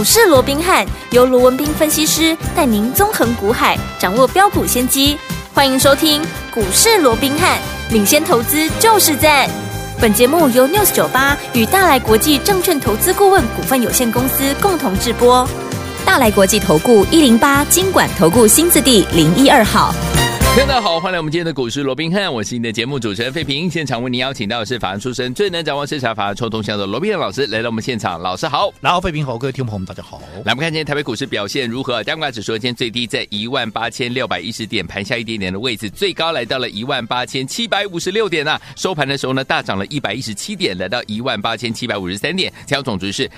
市罗宾汉由罗文彬分析师带您纵横股海，掌握标股先机。欢迎收听股市罗宾汉，领先投资就是赞。本节目由 News98 与大来国际证券投资顾问股份有限公司共同制播。大来国际投顾108金管投顾新字第012号。 大家好，欢迎来我们今天的股市罗宾汉，我是你的节目主持人费平。现场为您邀请到的是法案出身、最能掌握市场法案臭动向的罗宾汉老师来到我们现场。老师好。 然后费平好，各位听众朋友们大家好。 来，我们看今天台北股市表现如何？加权指数今天最低在18610点，盘下一点点的位置，最高来到了18756点啊。收盘的时候呢，大涨了117点，来到18753点，成交总值是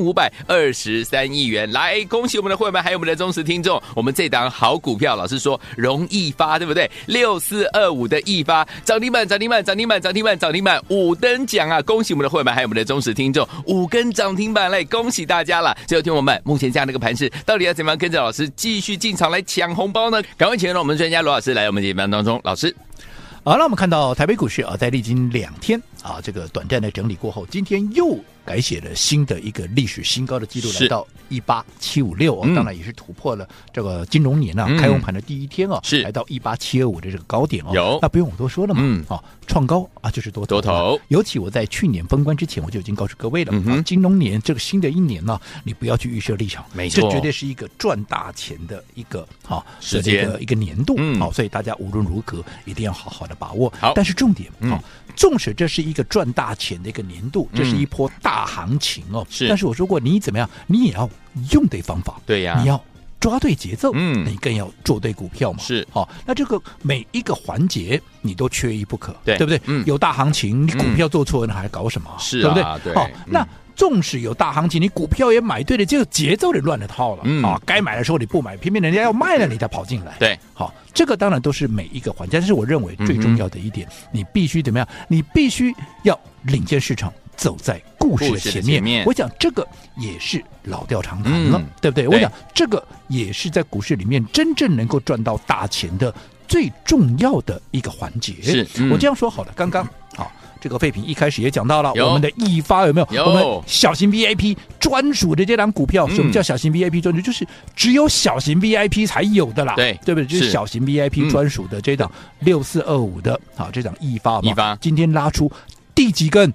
3523亿元。来，恭喜我们的会员还有我们的忠实听众，我们这档好股票，老师说容易发，对不对？6425的易发涨停板，涨停板，涨停板，涨停板，涨停板，5等奖啊！恭喜我们的会员还有我们的忠实听众，5根涨停板来，恭喜大家了！最后听我们目前这样的一个盘势，到底要怎么样跟着老师继续进场来抢红包呢？赶快请让我们的专家罗老师来我们节目当中，老师。 好，那我们看到台北股市在历经2天这个短暂的整理过后，今天又改写了新的一个历史新高的记录，来到18756当然也是突破了这个金融年开红盘的第一天是来到18725的这个高点有， 那不用我多说了嘛创高就是多头。尤其我在去年封关之前，我就已经告诉各位了金融年这个新的一年呢，你不要去预设立场， 没错， 这绝对是一个赚大钱的一个时间一个年度所以大家无论如何一定要好好的把握。 好， 但是重点纵使这是一个赚大钱的一个年度，这是一波大行情是， 但是我说过，你怎么样，你也要用对方法， 对呀， 你要抓对节奏，你更要做对股票嘛。 是， 那这个每一个环节你都缺一不可， 对不对？有大行情，你股票做错了，还搞什么？ 是对不对？ 对， 那纵使有大行情，你股票也买对了，这个节奏你乱了套了该买的时候你不买，偏偏人家要卖了你才跑进来。 对， 这个当然都是每一个环节，但是我认为最重要的一点，你必须怎么样？你必须要领先市场，走在故事的前面。我想这个也是老调常谈了，对不对？我想这个也是在股市里面真正能够赚到大钱的最重要的一个环节。 是， 我这样说好了，刚刚这个废品一开始也讲到了，我们的易发有没有？我们小型 VIP 专属的这档股票，什么叫小型 VIP 专属？就是只有小型 VIP 才有的啦，对不对？就是小型 VIP 专属的这档6425的这档易发，今天拉出第几根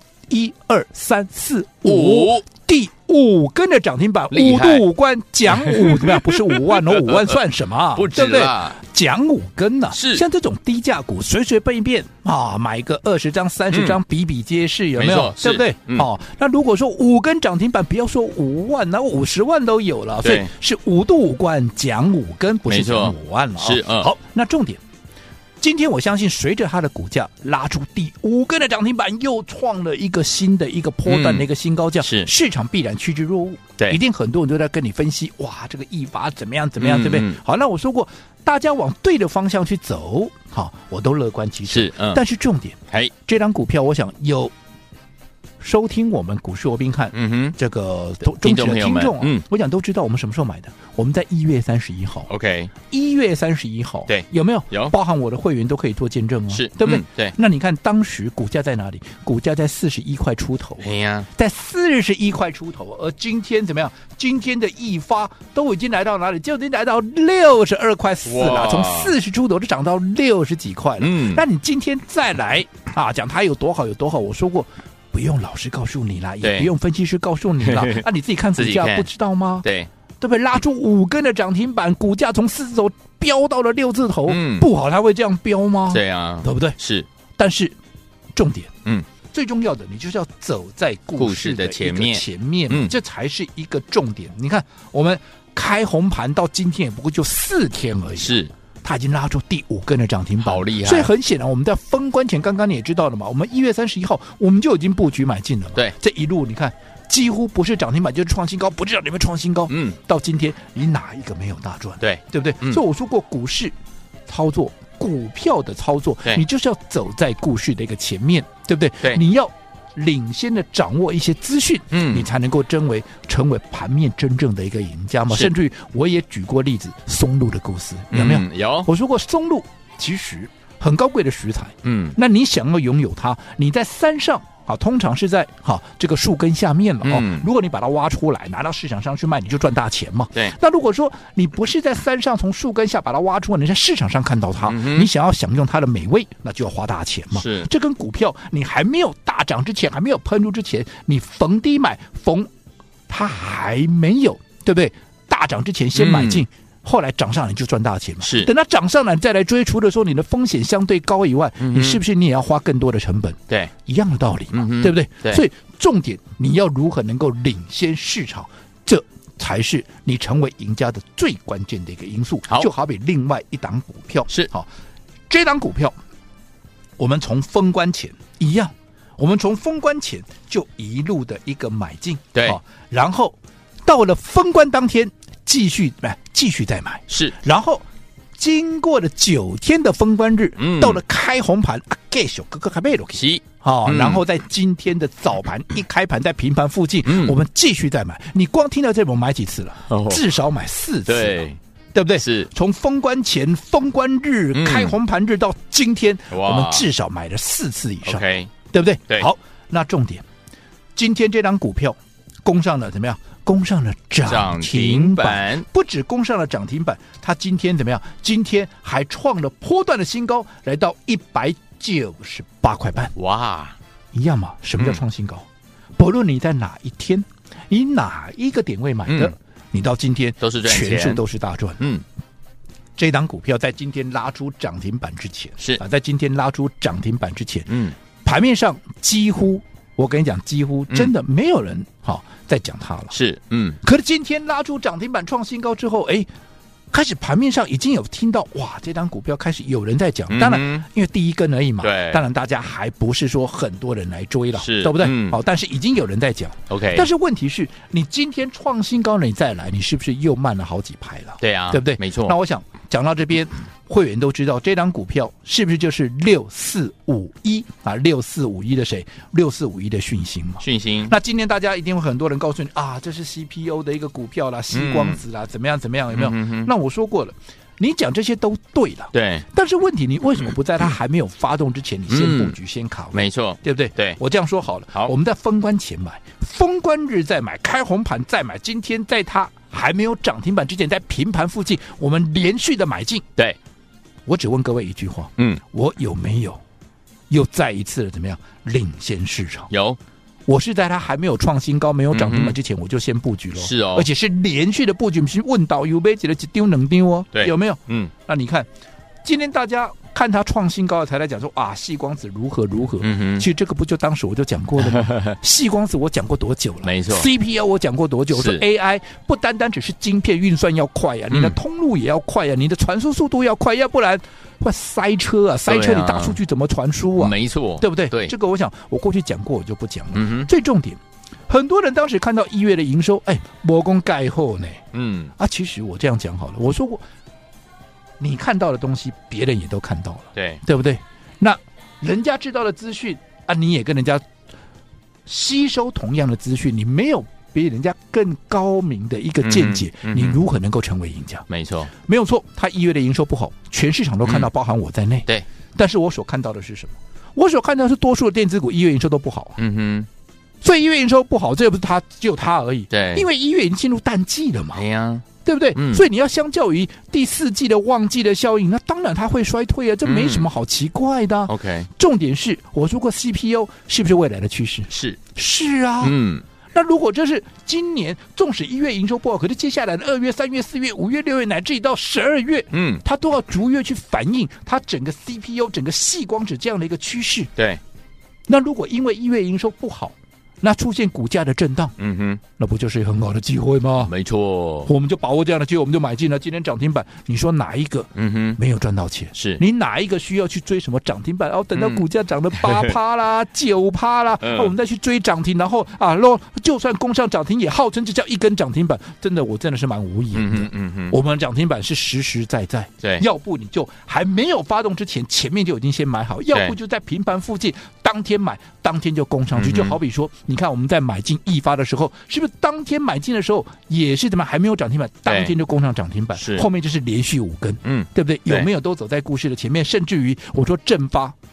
？1、2、3、4、5，第5根的涨停板，5度5关，奖5怎么样？不是5万5万算什么？ 不止了， 奖5根呢？ 是像这种低价股，随随便便买个20张、30张，比比皆是，有没有？对不对？那如果说5根涨停板，不要说5万，那50万都有了，所以是5度5关，奖5根，不是奖5万了。 是， 好，那重点。今天我相信，随着它的股价拉出第5根的涨停板，又创了一个新的一个波段的一个新高价，市场必然趋之若鹜。 对， 一定很多人都在跟你分析，哇，这个易发怎么样怎么样，对不对？好，那我说过，大家往对的方向去走，我都乐观其成。但是重点，这张股票，我想有收听我们股市罗宾汉这个忠实的听众我想都知道我们什么时候买的。我们在1月31号 ，OK， 1月31号， 对， 有没有？ 有， 包含我的会员都可以做见证是， 对不对？ 对。 那你看当时股价在哪里？股价在41块出头，在41块出头，而今天怎么样？今天的易发都已经来到哪里？就已经来到62块4了，从40出头就涨到60几块了。那你今天再来讲它有多好有多好，我说过。不用老师告诉你啦，也不用分析师告诉你啦，你自己看股价不知道吗？ 对不对？拉出5根的涨停板，股价从4字头飙到了6字头，不好它会这样飙吗？ 对啊， 对不对？ 是， 但是重点，最重要的，你就是要走在故事的前面，这才是一个重点。你看，我们开红盘到今天也不过就4天而已， 是。 它已经拉出第5根的涨停板， 好厉害！ 所以很显然，我们在封关前，刚刚你也知道了嘛，我们1月31号我们就已经布局买进了嘛。 对， 这一路你看，几乎不是涨停板就是创新高，不是涨停板创新高。到今天你哪一个没有大赚？对不对？所以我说过，股市操作、股票的操作，你就是要走在故事的一个前面，对不对？ 对， 你要领先的掌握一些资讯，你才能够成为盘面真正的一个赢家嘛。甚至于我也举过例子，松露的故事有没有？ 有。 我说过，松露其实很高贵的食材，那你想要拥有它，你在山上好，通常是在这个树根下面了如果你把它挖出来拿到市场上去卖，你就赚大钱嘛。 对。 那如果说你不是在山上从树根下把它挖出来，你在市场上看到它，你想要享用它的美味，那就要花大钱嘛。 是。 这跟股票你还没有大涨之前，还没有喷出之前，你逢低买，它还没有对不对？大涨之前先买进。后来涨上来你就赚大钱嘛。 是。 等它涨上来再来追，除了说你的风险相对高以外，你是不是你也要花更多的成本？ 对， 一样的道理嘛，对不对？ 对。 所以重点你要如何能够领先市场，这才是你成为赢家的最关键的一个因素。就好比另外一档股票是好，这档股票我们从封关前一样，我们从封关前就一路的一个买进， 对， 然后到了封关当天。继续再买是， 然后经过了9天的封关日，到了开红盘继续哥哥还没落去，然后在今天的早盘一开盘在平盘附近，我们继续再买。你光听到这我买几次了？至少买4次，对不对？ 是， 从封关前、封关日、开红盘日到今天，我们至少买了4次以上，对不对？ 对。 好，那重点，今天这张股票攻上了怎么样？攻上了涨停板，不止攻上了涨停板，它今天怎么样？今天还创了波段的新高，来到198块半。 哇， 一样嘛？什么叫创新高？不论你在哪一天，你哪一个点位买的，你到今天都是赚钱， 全数都是大赚。这档股票在今天拉出涨停板之前， 是在今天拉出涨停板之前，盘面上几乎。我跟你讲，几乎真的没有人在讲它了。 是， 可是今天拉出涨停板创新高之后，开始盘面上已经有听到，哇，这张股票开始有人在讲。当然，因为第一根而已嘛， 对， 当然大家还不是说很多人来追了， 是， 对不对？但是已经有人在讲。 OK， 但是问题是你今天创新高了，你再来，你是不是又慢了好几排了？ 对啊， 对不对？ 没错。 那我想讲到这边，会员都知道这张股票是不是就是6451的谁？6451的讯星嘛。 讯星。 那今天大家一定会很多人告诉你这是 CPU 的一个股票啦，矽光子啦，怎么样怎么样，有没有？那我说过了。你讲这些都对了， 对， 但是问题你为什么不在它还没有发动之前，你先布局先卡位？ 没错， 对不对？ 对， 我这样说好了，我们在封关前买，封关日再买，开红盘再买，今天在它还没有涨停板之前，在平盘附近，我们连续的买进。 对， 我只问各位一句话，我有没有又再一次的怎么样领先市场？ 有。 我是在它还没有创新高、没有涨停板之前，我就先布局了。 是哦， 而且是连续的布局，不是问到有没几的丢能丢哦？ 对， 有没有？那你看，今天大家看它创新高了，才来讲说矽光子如何如何。其实这个不就当时我就讲过了吗？矽光子我讲过多久了？ 没错 ，CPU 我讲过多久？我说 AI 不单单只是晶片运算要快你的通路也要快你的传输速度要快，要不然会塞车塞车你大数据怎么传输啊？ 没错， 对不对？ 对， 这个我想我过去讲过，我就不讲了。最重点，很多人当时看到1月的营收，魔功盖后呢，其实我这样讲好了，我说过，你看到的东西，别人也都看到了，对不对？那人家知道的资讯你也跟人家吸收同样的资讯，你没有比人家更高明的一个见解，你如何能够成为赢家？ 没错， 没有错，他1月的营收不好，全市场都看到，包含我在内。 对， 但是我所看到的是什么？我所看到的是多数的电子股1月营收都不好所以1月营收不好，这又不是他，只有他而已。 对， 因为1月已经进入淡季了嘛。 哎呀， 对不对？所以你要相较于第4季的旺季的效应，那当然它会衰退这没什么好奇怪的。 OK， 重点是我说过 CPU 是不是未来的趋势？是啊。那如果这是今年纵使1月营收不好，可是接下来的2月、3月、4月、5月、6月，乃至于到12月，它都要逐月去反映它整个 CPU、整个矽光子这样的一个趋势。 对。 那如果因为1月营收不好，那出现股价的震荡，那不就是很好的机会吗？ 没错， 我们就把握这样的机会，我们就买进了。今天涨停板，你说哪一个没有赚到钱？ 是你哪一个需要去追什么涨停板？等到股价涨了8%啦、9%啦，我们再去追涨停，然后就算攻上涨停，也号称这叫一根涨停板。真的，我真的是蛮无言的。我们涨停板是实实在在， 对， 要不你就还没有发动之前，前面就已经先买好；要不就在平盘附近，当天买，当天就攻上去。就好比说。你看我们在买进易发的时候，是不是当天买进的时候也是怎么还没有涨停板，当天就攻上涨停板，后面就是连续5根，对不对？有没有都走在故事的前面？甚至于我说正发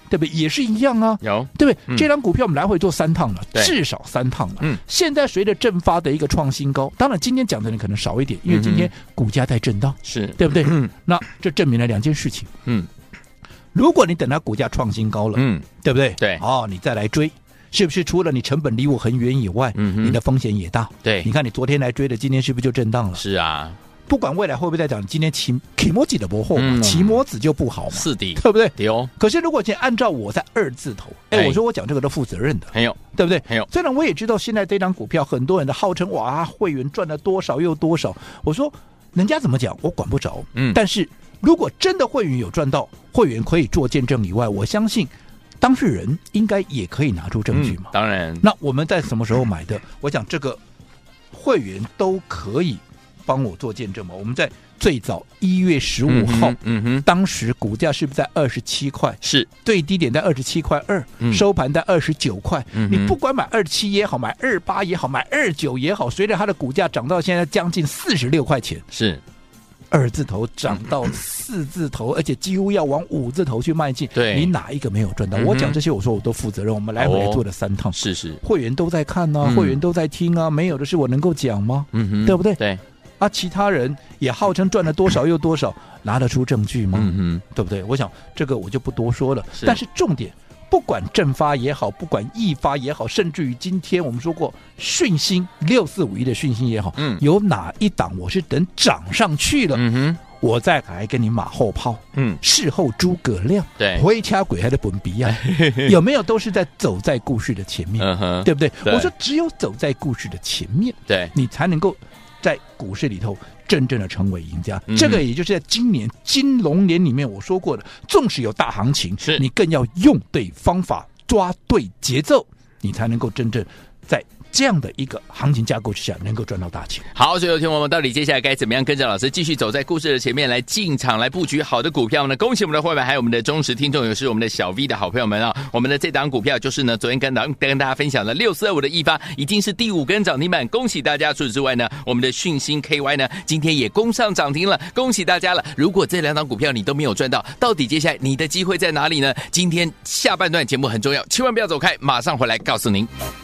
对不对？也是一样啊， 有对不对？这张股票我们来回做3趟了， 对至少3趟了。现在随着正发的一个创新高，当然今天讲的人可能少一点，因为今天股价在震荡， 是对不对？那这证明了2件事情。如果你等它股价创新高了，对不对？ 对， 你再来追。是不是除了你成本离我很远以外，你的风险也大？ 对， 你看你昨天来追的，今天是不是就震荡了？ 是啊， 不管未来会不会再涨，今天期末子的不好嘛，期末子就不好嘛， 是的， 对不对？ 对哦。 可是如果按照我在2字头，我说我讲这个都负责任的， 还有， 对不对？ 还有， 虽然我也知道现在这张股票很多人的号称哇，会员赚了多少又多少，我说人家怎么讲我管不着，但是如果真的会员有赚到，会员可以做见证以外，我相信当事人应该也可以拿出证据嘛。 当然， 那我们在什么时候买的？我讲这个会员都可以帮我做见证嘛。我们在最早1月15号，当时股价是不是在27块？ 是， 最低点在27块2，收盘在29块。你不管买27也好，买28也好，买29也好，随着它的股价涨到现在将近46块钱， 是。 2字头涨到4字头，而且几乎要往5字头去迈进， 对， 你哪一个没有赚到？我讲这些，我说我都负责任。我们来回来做了3趟， 是， 会员都在看啊，会员都在听啊，没有的是我能够讲吗？对不对？ 对啊，其他人也号称赚了多少又多少，拿得出证据吗？对不对？我想这个我就不多说了。但是重点，不管正发也好，不管易发也好，甚至于今天我们说过讯星6451的讯星也好，有哪一档我是等涨上去了，我再来跟你马后炮，事后诸葛亮， 对， 回掐鬼还得本鼻啊，有没有都是在走在故事的前面，对不对？我说只有走在故事的前面， 对， 你才能够在股市里头真正的成为赢家。这个也就是在今年金龙年里面我说过的，纵使有大行情，你更要用对方法，抓对节奏，你才能够真正在这样的一个行情架构之下能够赚到大钱。 好，所以有听我们到底接下来该怎么样跟着老师继续走在故事的前面来进场来布局好的股票呢？恭喜我们的会员还有我们的忠实听众，也是我们的小 V 的好朋友们啊！我们的这档股票就是呢，昨天跟大家分享的6425的易发已经是第5根涨停板，恭喜大家！除此之外呢，我们的讯星 KY 呢今天也攻上涨停了，恭喜大家了！如果这2档股票你都没有赚到，到底接下来你的机会在哪里呢？今天下半段节目很重要，千万不要走开，马上回来告诉您。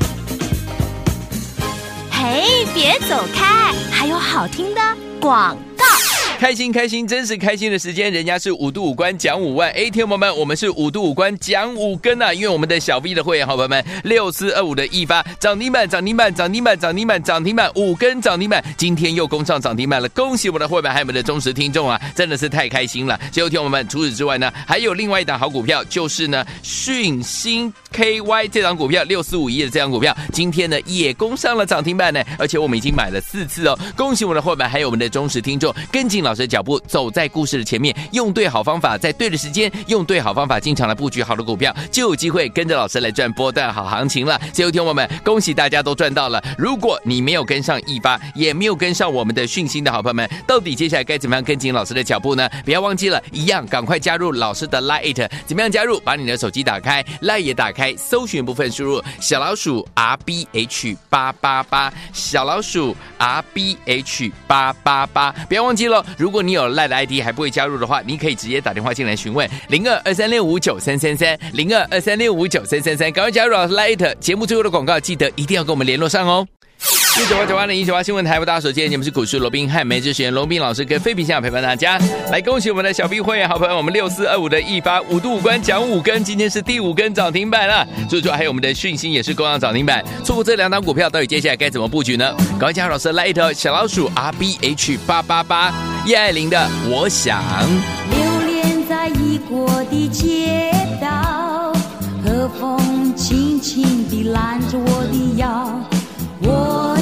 嘿，别走开，还有好听的广告。 开心开心，真是开心的时间，人家是5度5关奖5万，听众朋友们，我们是5度5关奖5根啊！因为我们的小 V 的会员好朋友们6425的易发涨停板涨停板涨停板涨停板涨停板5根涨停板，今天又攻上涨停板了，恭喜我们的会员还有我们的忠实听众啊，真的是太开心了！所以听众朋友们，除此之外呢，还有另外一档好股票，就是呢讯星 KY 这档股票6451的这档股票，今天呢也攻上了涨停板呢，而且我们已经买了4次哦，恭喜我们的会员还有我们的忠实听众，跟紧老师的脚步，走在故事的前面，用对好方法，在对的时间，用对好方法进场来布局好的股票，就有机会跟着老师来赚波段好行情了。所以听我们，恭喜大家都赚到了。如果你没有跟上易发，也没有跟上我们的讯星的好朋友们，到底接下来该怎么样跟紧老师的脚步呢？不要忘记了，一样赶快加入老师的 Lite， 怎么样加入？把你的手机打开 ，Lite 也打开，搜寻部分输入小老鼠 RBH888， 小老鼠 RBH888， 不要忘记了。如果你有 LINE 的 ID 还不会加入的话，你可以直接打电话进来询问0223659333 0223659333，赶快加入老师 LINE。节目最后的广告记得一定要跟我们联络上哦。1989018新闻台为大家所见，节目是股市罗宾汉梅之选，罗宾老师跟废品现场陪伴大家，来恭喜我们的小 B 会员好朋友，我们6425的易发5度5关奖5根，今天是第5根涨停板了。所以说还有我们的讯星也是攻上涨停板，错过这2档股票，到底接下来该怎么布局呢？赶快加入老师的 Lite 小老鼠 RBH888， 叶爱玲的我想。 流连在异国的街道，和风轻轻地揽着我的腰。我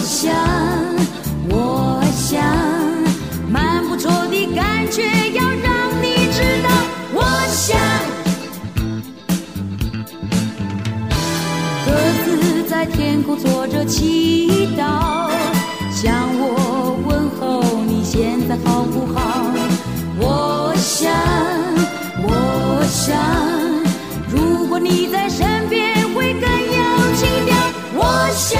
想，蛮不错的感觉，要让你知道。我想，各自在天空做着祈祷，向我问候你现在好不好？我想，如果你在身边会更有情调。我想。 欢迎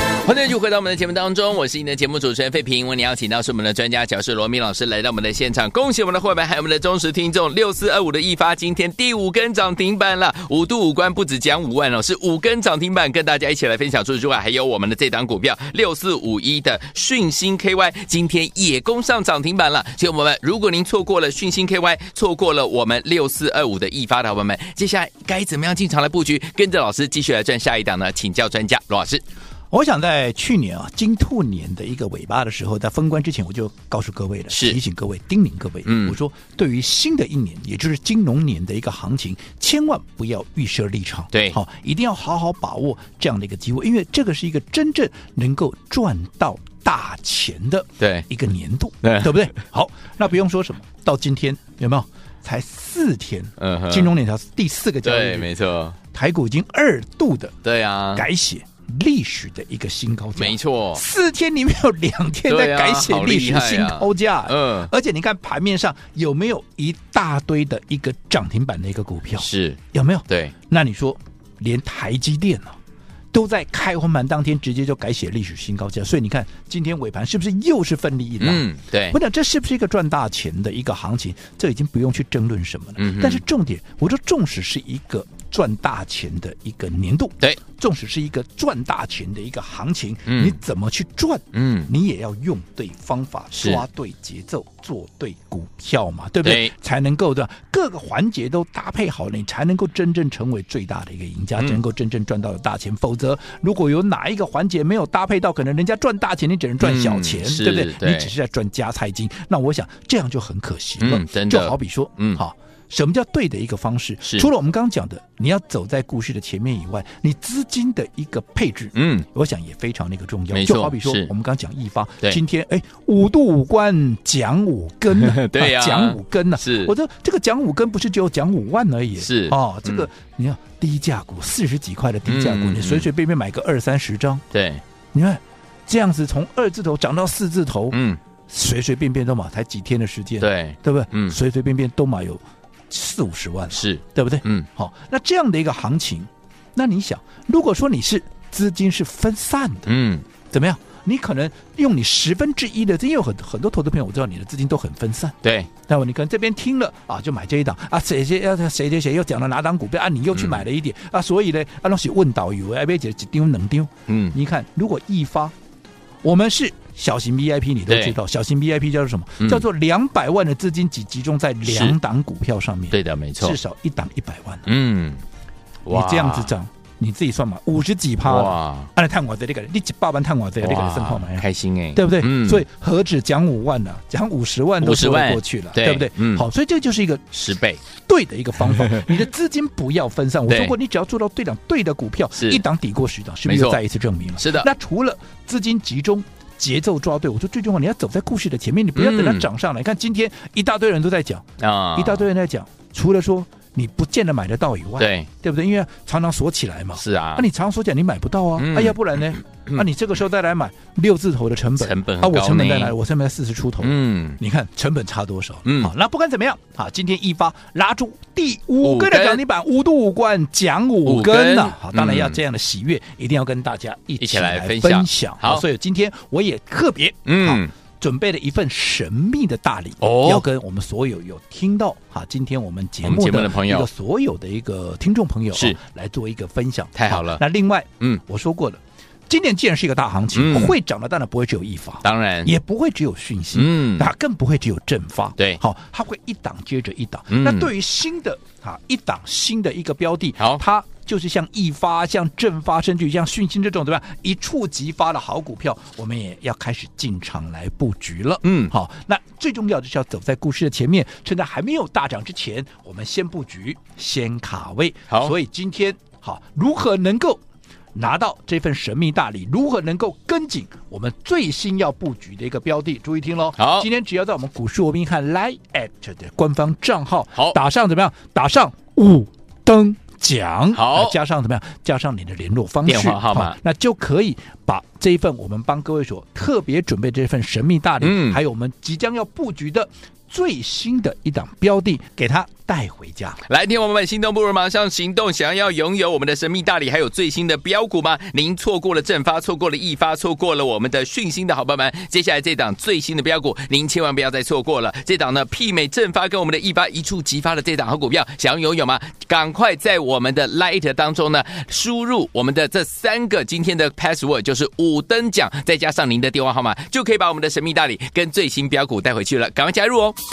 的就回到我们的节目当中，我是您的节目主持人费平，为您邀请到是我们的专家讲师罗明老师来到我们的现场，恭喜我们的会员还有我们的忠实听众6425的易发今天第5根涨停板了，5度5关不止讲5万哦，是5根涨停板，跟大家一起来分享。除此之外，还有我们的这档股票6451的讯星 KY 今天也攻上涨停板了。所以我们如果您错过了讯星 KY， 错过了我们6425的易发的伙伴们，接下来该怎么样进场来布局，跟着老师继续来赚下一档呢？请教专家罗老师。 我想在去年金兔年的一个尾巴的时候，在封关之前，我就告诉各位了，提醒各位，叮咛各位，我说对于新的一年，也就是金龙年的一个行情，千万不要预设立场， 对， 好，一定要好好把握这样的一个机会，因为这个是一个真正能够赚到大钱的一个年度，对不对？好，那不用说什么，到今天有没有？才4天，金龙年才第4个交易日， 对，没错， 台股已经2度的改写历史的一个新高价， 没错 ，4天里面有2天在改写历史新高价，而且你看盘面上有没有一大堆的一个涨停板的一个股票， 是有没有？ 对， 那你说连台积电都在开红盘当天直接就改写历史新高价，所以你看今天尾盘是不是又是奋力一拉？ 对， 我讲这是不是一个赚大钱的一个行情？这已经不用去争论什么了。但是重点，我说纵使是一个赚大钱的一个年度， 对， 纵使是一个赚大钱的一个行情，你怎么去赚？你也要用对方法，抓对节奏，做对股票嘛，对不对？才能够的各个环节都搭配好了，你才能够真正成为最大的一个赢家，才能够真正赚到大钱。否则，如果有哪一个环节没有搭配到，可能人家赚大钱，你只能赚小钱，对不对？你只是在赚加菜金，那我想这样就很可惜了。 真的， 就好比说，好。什么叫对的一个方式？除了我们刚刚讲的，你要走在故事的前面以外，你资金的一个配置，我想也非常的一个重要。就好比说，我们刚刚讲易发，今天5度5关讲5根呢， 对呀， 讲5根呢， 是， 我说这个讲5根不是只有讲5万而已， 是这个你看低价股40几块的低价股，你随随便便买个20-30张， 对， 你看这样子从2字头涨到4字头，随随便便都买，才几天的时间，对不对？随随便便都买有40-50万， 是对不对？好，那这样的一个行情，那你想，如果说你是资金是分散的，怎么样？你可能用你1/10的，因为有很多投资朋友，我知道你的资金都很分散， 对。 那么你可能这边听了就买这一档谁又讲了哪档股票你又去买了一点所以呢那是问导游别一丢能丢，你看如果易发，我们是小型 VIP， 你都知道，小型 VIP 叫做什么？叫做200万的资金集中在2档股票上面。 对的，没错， 至少一档100万。你这样子涨，你自己算嘛，50几%了。按探我的那个，你100万探我的那个生活买， 开心对不对？所以何止讲5万呢？讲50万都说得过去了，对不对？好，所以这就是一个 10倍对的一个方法。你的资金不要分散。我说过，你只要做到对的股票，一档抵过10档，是不是又再一次证明了？ 是的。 那除了资金集中，节奏抓对，我说最重要，你要走在故事的前面，你不要等它涨上来。看今天一大堆人都在讲一大堆人在讲，除了说你不见得买得到以外，对不对？因为常常锁起来嘛， 是啊。 你常常锁起来，你买不到要不然呢？你这个时候再来买6字头的成本很高， 我成本再来，我成本40出头，你看成本差多少？好，那不管怎么样，好，今天易发拉住第5根的涨停板，5度5关讲5根了。好，当然要这样的喜悦，一定要跟大家一起来分享。好，所以今天我也特别准备了一份神秘的大礼，要跟我们所有有听到今天我们节目的朋友，所有的一个听众朋友来做一个分享。 太好了。 那另外，我说过了，今年既然是一个大行情，会涨的当然不会只有易发， 当然也不会只有讯息，更不会只有正发， 对， 好，它会一档接着一档。那对于新的一档新的一个标的，好，它就是像易发、像正发，甚至于像讯息这种，对吧？一触即发的好股票，我们也要开始进场来布局了。好，那最重要的是要走在故事的前面，趁在还没有大涨之前，我们先布局，先卡位。好，所以今天好，如何能够拿到这份神秘大礼，如何能够跟紧我们最新要布局的一个标的？注意听咯。好，今天只要在我们股市罗宾汉 Line@ 的官方账号，好，打上怎么样？打上5登奖，好，加上怎么样？加上你的联络方式、 电话号码， 那就可以把这一份我们帮各位所特别准备这份神秘大礼，还有我们即将要布局的最新的一档标的给它带回家。 来，听我们心动不如马上行动，想要拥有我们的神秘大礼还有最新的标股吗？您错过了正发，错过了易发，错过了我们的讯星的好朋友们，接下来这档最新的标股您千万不要再错过了。这档呢媲美正发跟我们的易发一触即发的这档好股票，想要拥有吗？赶快在我们的 Lite 当中呢输入我们的这3个今天的 password， 就是5等奖，再加上您的电话号码，就可以把我们的神秘大礼跟最新标股带回去了，赶快加入哦。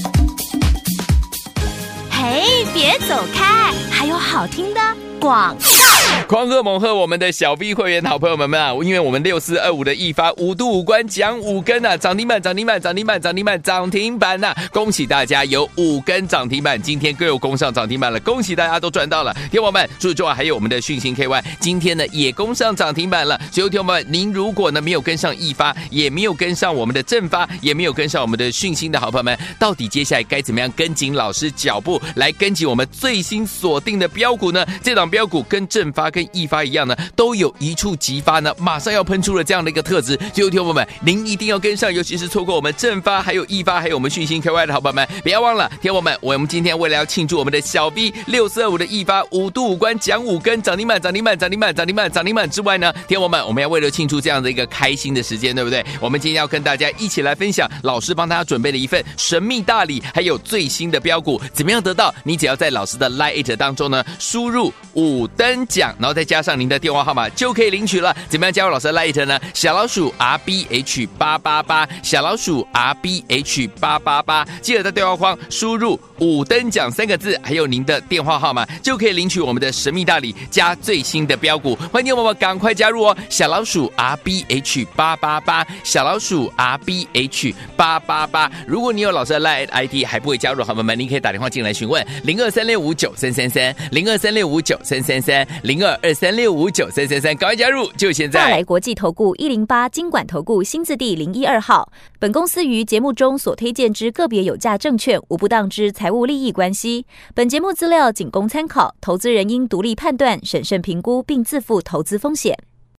嘿，别走开，还有好听的广告。 狂贺猛贺我们的小 V 会员好朋友们啊，因为我们6425的易发5度5关讲5根啊，涨停板涨停板涨停板涨停板涨停板啊，恭喜大家有5根涨停板，今天各有攻上涨停板了，恭喜大家都赚到了。听友们，除此之外还有我们的讯星 KY 今天呢也攻上涨停板了，所以听友们，您如果呢没有跟上易发，也没有跟上我们的正发，也没有跟上我们的讯星的好朋友们，到底接下来该怎么样跟紧老师脚步来跟紧我们最新锁定的标股呢？这档标股跟正发跟易发一样呢，都有一触即发呢，马上要喷出了这样的一个特质。所以听友们，您一定要跟上，尤其是错过我们正发还有易发还有我们讯星 KY 的好朋友们，不要忘了，听友们，我们今天为了要庆祝我们的小 V 6425的易发5度5关讲5根涨停板涨停板涨停板涨停板涨停板之外呢，听友们，我们要为了庆祝这样的一个开心的时间，对不对？我们今天要跟大家一起来分享老师帮大家准备了一份神秘大礼，还有最新的标股，怎么样得到？你只要在老师的 Lite 当中呢输入5等奖，然后再加上您的电话号码就可以领取了。怎么样加入老师的 Lite 呢？小老鼠 RBH888， 小老鼠 RBH888， 记得在对话框输入5等奖3个字，还有您的电话号码，就可以领取我们的神秘大礼加最新的标股。欢迎我们赶快加入哦！小老鼠 RBH888， 小老鼠 RBH888。如果你有老师的 Lite ID 还不会加入的好朋友们，您可以打电话进来询问0236593333 0236593333 0223659333，赶快加入，就现在！ 大来国际投顾108金管投顾新字第012号。本公司于节目中所推荐之个别有价证券，无不当之财务利益关系。本节目资料仅供参考，投资人应独立判断、审慎评估，并自负投资风险。